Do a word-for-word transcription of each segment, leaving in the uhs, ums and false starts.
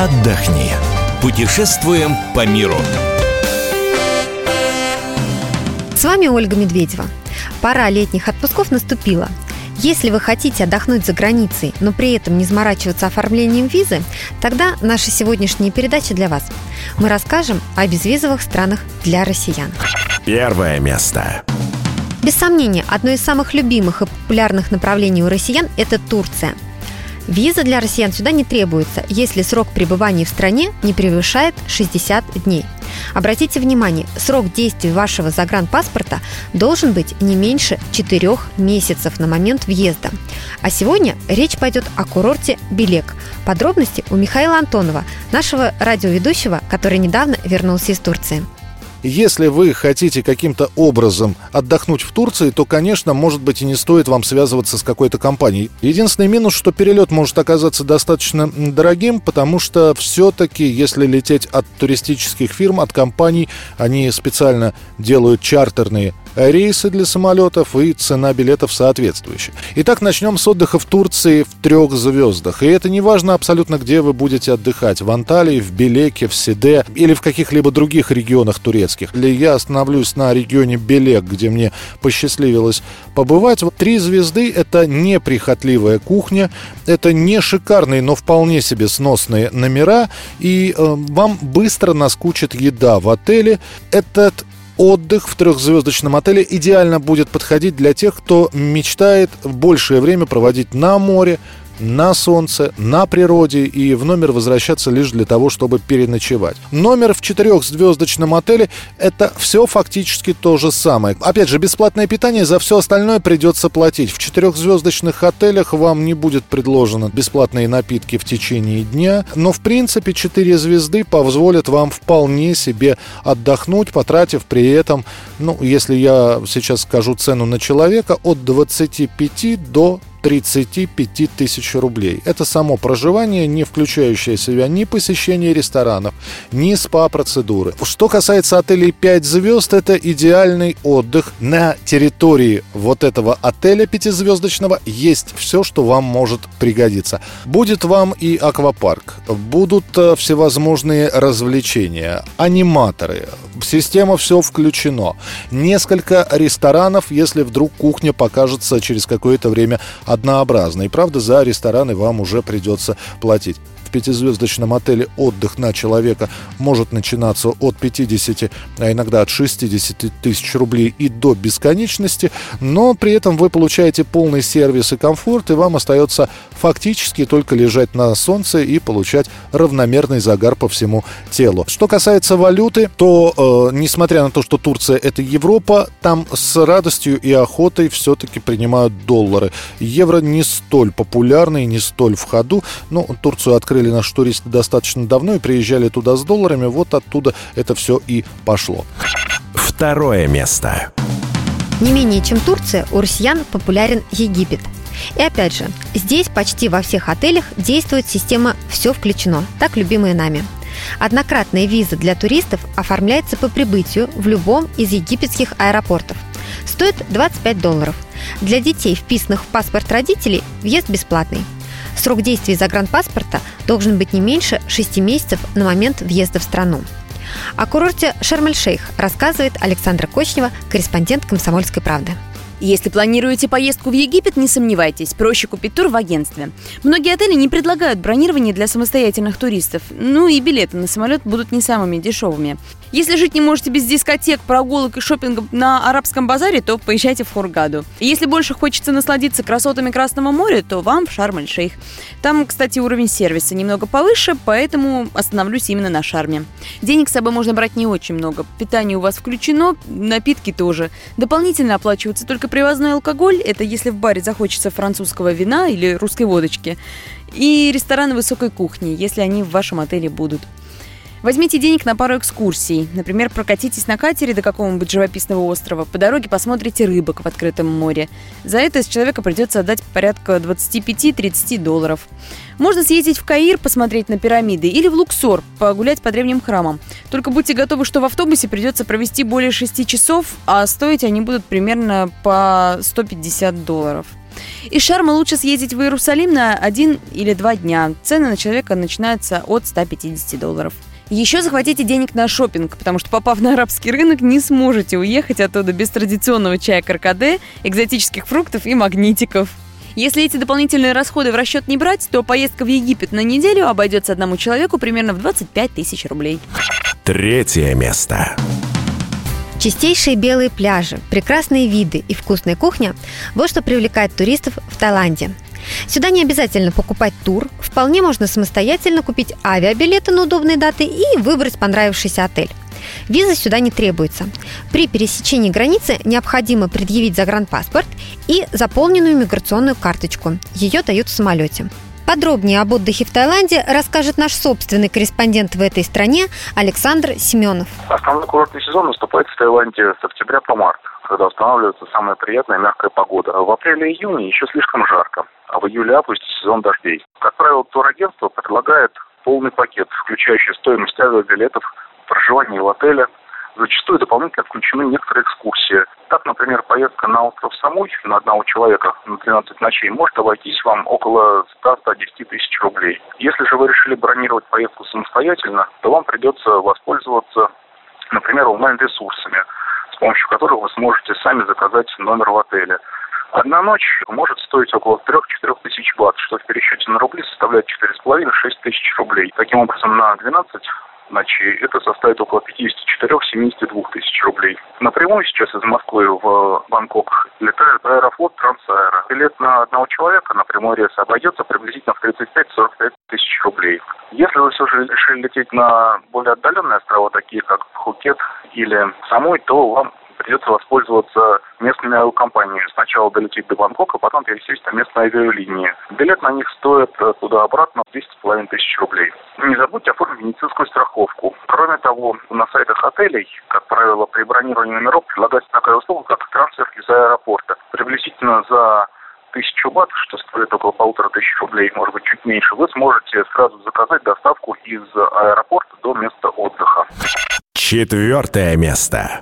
отдохни. Путешествуем по миру. С вами Ольга Медведева. Пора летних отпусков наступила. Если вы хотите отдохнуть за границей, но при этом не заморачиваться оформлением визы, тогда наша сегодняшняя передача для вас. Мы расскажем о безвизовых странах для россиян. Первое место. Без сомнения, одно из самых любимых и популярных направлений у россиян – это Турция. Виза для россиян сюда не требуется, если срок пребывания в стране не превышает шестьдесят дней. Обратите внимание, срок действия вашего загранпаспорта должен быть не меньше четырех месяцев на момент въезда. А сегодня речь пойдет о курорте Белек. Подробности у Михаила Антонова, нашего радиоведущего, который недавно вернулся из Турции. Если вы хотите каким-то образом отдохнуть в Турции, то, конечно, может быть, и не стоит вам связываться с какой-то компанией. Единственный минус, что перелет может оказаться достаточно дорогим, потому что все-таки, если лететь от туристических фирм, от компаний, они специально делают чартерные рейсы для самолетов, и цена билетов соответствующая. Итак, начнем с отдыха в Турции в трех звездах. И это не важно абсолютно, где вы будете отдыхать. В Анталии, в Белеке, в Сиде или в каких-либо других регионах турецких. Я остановлюсь на регионе Белек, где мне посчастливилось побывать. Три звезды – это неприхотливая кухня, это не шикарные, но вполне себе сносные номера, и э, вам быстро наскучит еда в отеле. Этот отдых в трехзвездочном отеле идеально будет подходить для тех, кто мечтает большее время проводить на море, на солнце, на природе и в номер возвращаться лишь для того, чтобы переночевать. Номер в четырехзвездочном отеле – это все фактически то же самое. Опять же, бесплатное питание, за все остальное придется платить. В четырехзвездочных отелях вам не будет предложено бесплатные напитки в течение дня, но в принципе четыре звезды позволят вам вполне себе отдохнуть, потратив при этом, ну, если я сейчас скажу цену на человека, от двадцати пяти до тридцати пяти тысяч рублей. Это само проживание, не включающее в себя ни посещение ресторанов, ни спа-процедуры. Что касается отелей пять звезд, это идеальный отдых. На территории вот этого отеля пятизвездочного есть все, что вам может пригодиться. Будет вам и аквапарк, будут всевозможные развлечения, аниматоры, система «Все включено», несколько ресторанов, если вдруг кухня покажется через какое-то время однообразно. И правда, за рестораны вам уже придется платить. В пятизвездочном отеле отдых на человека может начинаться от пятидесяти, а иногда от шестидесяти тысяч рублей и до бесконечности, но при этом вы получаете полный сервис и комфорт, и вам остается фактически только лежать на солнце и получать равномерный загар по всему телу. Что касается валюты, то, э, несмотря на то, что Турция — это Европа, там с радостью и охотой все-таки принимают доллары. Евро не столь популярный, не столь в ходу, но Турцию открыли наши туристы достаточно давно и приезжали туда с долларами, вот оттуда это все и пошло. Второе место. Не менее чем Турция, у россиян популярен Египет. И опять же, здесь почти во всех отелях действует система «Все включено», так любимая нами. Однократная виза для туристов оформляется по прибытию в любом из египетских аэропортов. Стоит двадцать пять долларов. Для детей, вписанных в паспорт родителей, въезд бесплатный. Срок действия загранпаспорта должен быть не меньше шести месяцев на момент въезда в страну. О курорте Шарм-эль-Шейх рассказывает Александра Кочнева, корреспондент «Комсомольской правды». Если планируете поездку в Египет, не сомневайтесь, проще купить тур в агентстве. Многие отели не предлагают бронирование для самостоятельных туристов, ну и билеты на самолет будут не самыми дешевыми. Если жить не можете без дискотек, прогулок и шопинга на арабском базаре, то поезжайте в Хургаду. Если больше хочется насладиться красотами Красного моря, то вам в Шарм-эль-Шейх. Там, кстати, уровень сервиса немного повыше, поэтому остановлюсь именно на Шарме. Денег с собой можно брать не очень много, питание у вас включено, напитки тоже. Дополнительно оплачивается только привозной алкоголь, это если в баре захочется французского вина или русской водочки, и рестораны высокой кухни, если они в вашем отеле будут. Возьмите денег на пару экскурсий. Например, прокатитесь на катере до какого-нибудь живописного острова. По дороге посмотрите рыбок в открытом море. За это с человека придется отдать порядка двадцать пять - тридцать долларов. Можно съездить в Каир, посмотреть на пирамиды, или в Луксор, погулять по древним храмам. Только будьте готовы, что в автобусе придется провести более шести часов, а стоить они будут примерно по сто пятьдесят долларов. Из Шарма лучше съездить в Иерусалим на один или два дня. Цены на человека начинаются от ста пятидесяти долларов. Еще захватите денег на шопинг, потому что, попав на арабский рынок, не сможете уехать оттуда без традиционного чая каркаде, экзотических фруктов и магнитиков. Если эти дополнительные расходы в расчет не брать, то поездка в Египет на неделю обойдется одному человеку примерно в двадцать пять тысяч рублей. Третье место. Чистейшие белые пляжи, прекрасные виды и вкусная кухня – вот что привлекает туристов в Таиланде. Сюда не обязательно покупать тур, вполне можно самостоятельно купить авиабилеты на удобные даты и выбрать понравившийся отель. Виза сюда не требуется. При пересечении границы необходимо предъявить загранпаспорт и заполненную миграционную карточку. Ее дают в самолете. Подробнее об отдыхе в Таиланде расскажет наш собственный корреспондент в этой стране Александр Семенов. Основной курортный сезон наступает в Таиланде с октября по март, когда устанавливается самая приятная мягкая погода. В апреле и июне еще слишком жарко, а в июле-августе сезон дождей. Как правило, турагентство предлагает полный пакет, включающий стоимость авиабилетов, проживание в отеле. Зачастую дополнительно включены некоторые экскурсии. Так, например, поездка на остров Самуй на одного человека на тринадцать ночей может обойтись вам около ста — ста десяти тысяч рублей. Если же вы решили бронировать поездку самостоятельно, то вам придется воспользоваться, например, онлайн-ресурсами, с помощью которых вы сможете сами заказать номер в отеле. Одна ночь может стоить около трех-четырех тысяч бат, что в пересчете на рубли составляет четыре с половиной — шесть тысяч рублей. Таким образом, на двенадцать ночей это составит около пятьдесят четыре — семьдесят два тысяч рублей. Напрямую сейчас из Москвы в Бангкок летает Аэрофлот Трансаэро. Билет на одного человека на прямой рейс обойдется приблизительно в тридцать пять — сорок пять тысяч рублей. Если вы все же решили лететь на более отдаленные острова, такие как Пхукет или Самуй, то вам придется воспользоваться местными авиакомпаниями. Сначала долететь до Бангкока, потом пересесть на местные авиалинии. Билет на них стоит туда-обратно десять с половиной тысяч рублей. Не забудьте оформить медицинскую страховку. Кроме того, на сайтах отелей, как правило, при бронировании номеров предлагается такая услуга, как трансфер из аэропорта. Приблизительно за тысячу бат, что стоит около полутора тысяч рублей, может быть, чуть меньше, вы сможете сразу заказать доставку из аэропорта до места отдыха. Четвертое место.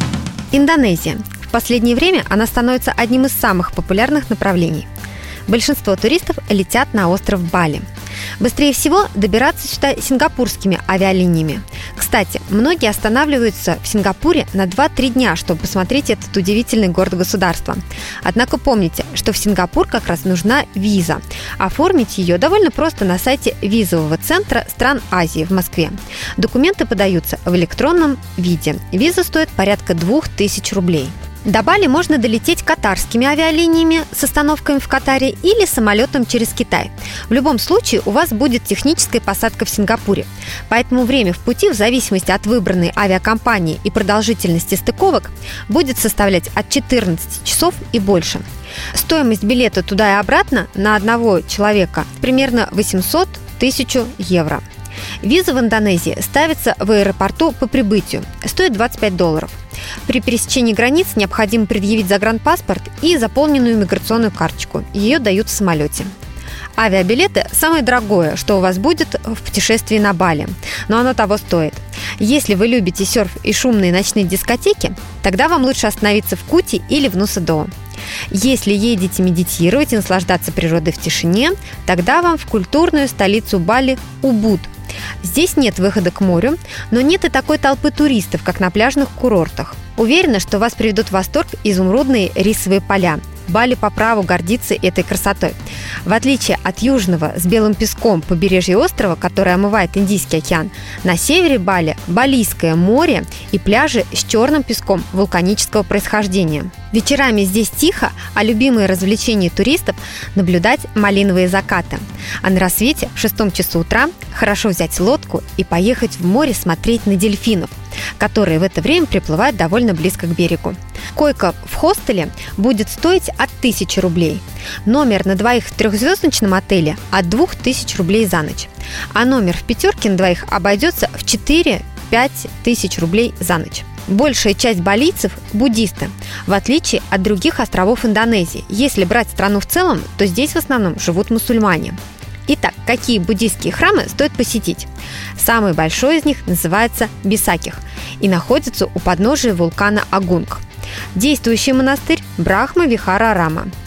Индонезия. В последнее время она становится одним из самых популярных направлений. Большинство туристов летят на остров Бали. Быстрее всего добираться сюда сингапурскими авиалиниями. Кстати, многие останавливаются в Сингапуре на два-три дня, чтобы посмотреть этот удивительный город-государство. Однако помните, что в Сингапур как раз нужна виза. Оформить ее довольно просто на сайте визового центра стран Азии в Москве. Документы подаются в электронном виде. Виза стоит порядка двух тысяч рублей. До Бали можно долететь катарскими авиалиниями с остановками в Катаре или самолетом через Китай. В любом случае у вас будет техническая посадка в Сингапуре. Поэтому время в пути, в зависимости от выбранной авиакомпании и продолжительности стыковок, будет составлять от четырнадцати часов и больше. Стоимость билета туда и обратно на одного человека примерно восемьсот — тысячу евро. Виза в Индонезии ставится в аэропорту по прибытию, стоит двадцать пять долларов. При пересечении границ необходимо предъявить загранпаспорт и заполненную миграционную карточку. Ее дают в самолете. Авиабилеты – самое дорогое, что у вас будет в путешествии на Бали, но оно того стоит. Если вы любите серф и шумные ночные дискотеки, тогда вам лучше остановиться в Кути или в Нуса-Доа. Если едете медитировать и наслаждаться природой в тишине, тогда вам в культурную столицу Бали – Убуд. Здесь нет выхода к морю, но нет и такой толпы туристов, как на пляжных курортах. Уверена, что вас приведут в восторг изумрудные рисовые поля. Бали по праву гордится этой красотой. В отличие от южного с белым песком побережья острова, которое омывает Индийский океан, на севере Бали Балийское море и пляжи с черным песком вулканического происхождения. Вечерами здесь тихо, а любимое развлечение туристов – наблюдать малиновые закаты. А на рассвете в шестом часу утра хорошо взять лодку и поехать в море смотреть на дельфинов, которые в это время приплывают довольно близко к берегу. Койка в хостеле будет стоить от тысячи рублей. Номер на двоих в трехзвездочном отеле от двух тысяч рублей за ночь. А номер в пятерке на двоих обойдется в четыре-пять тысяч рублей за ночь. Большая часть балийцев – буддисты, в отличие от других островов Индонезии. Если брать страну в целом, то здесь в основном живут мусульмане. Итак, какие буддийские храмы стоит посетить? Самый большой из них называется Бисаких и находится у подножия вулкана Агунг. Действующий монастырь Брахма Вихара Рама.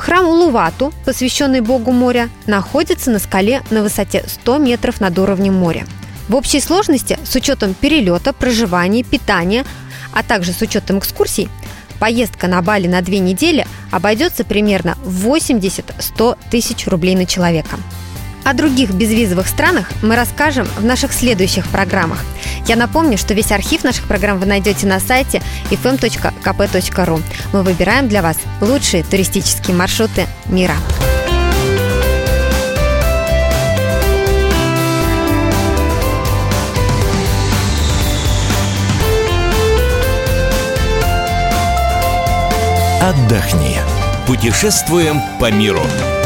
Храм Улувату, посвященный богу моря, находится на скале на высоте сто метров над уровнем моря. В общей сложности, с учетом перелета, проживания, питания, а также с учетом экскурсий, поездка на Бали на две недели обойдется примерно в восемьдесят-сто тысяч рублей на человека. О других безвизовых странах мы расскажем в наших следующих программах. Я напомню, что весь архив наших программ вы найдете на сайте эф эм точка ка пэ точка ру. Мы выбираем для вас лучшие туристические маршруты мира. Отдохни. Путешествуем по миру.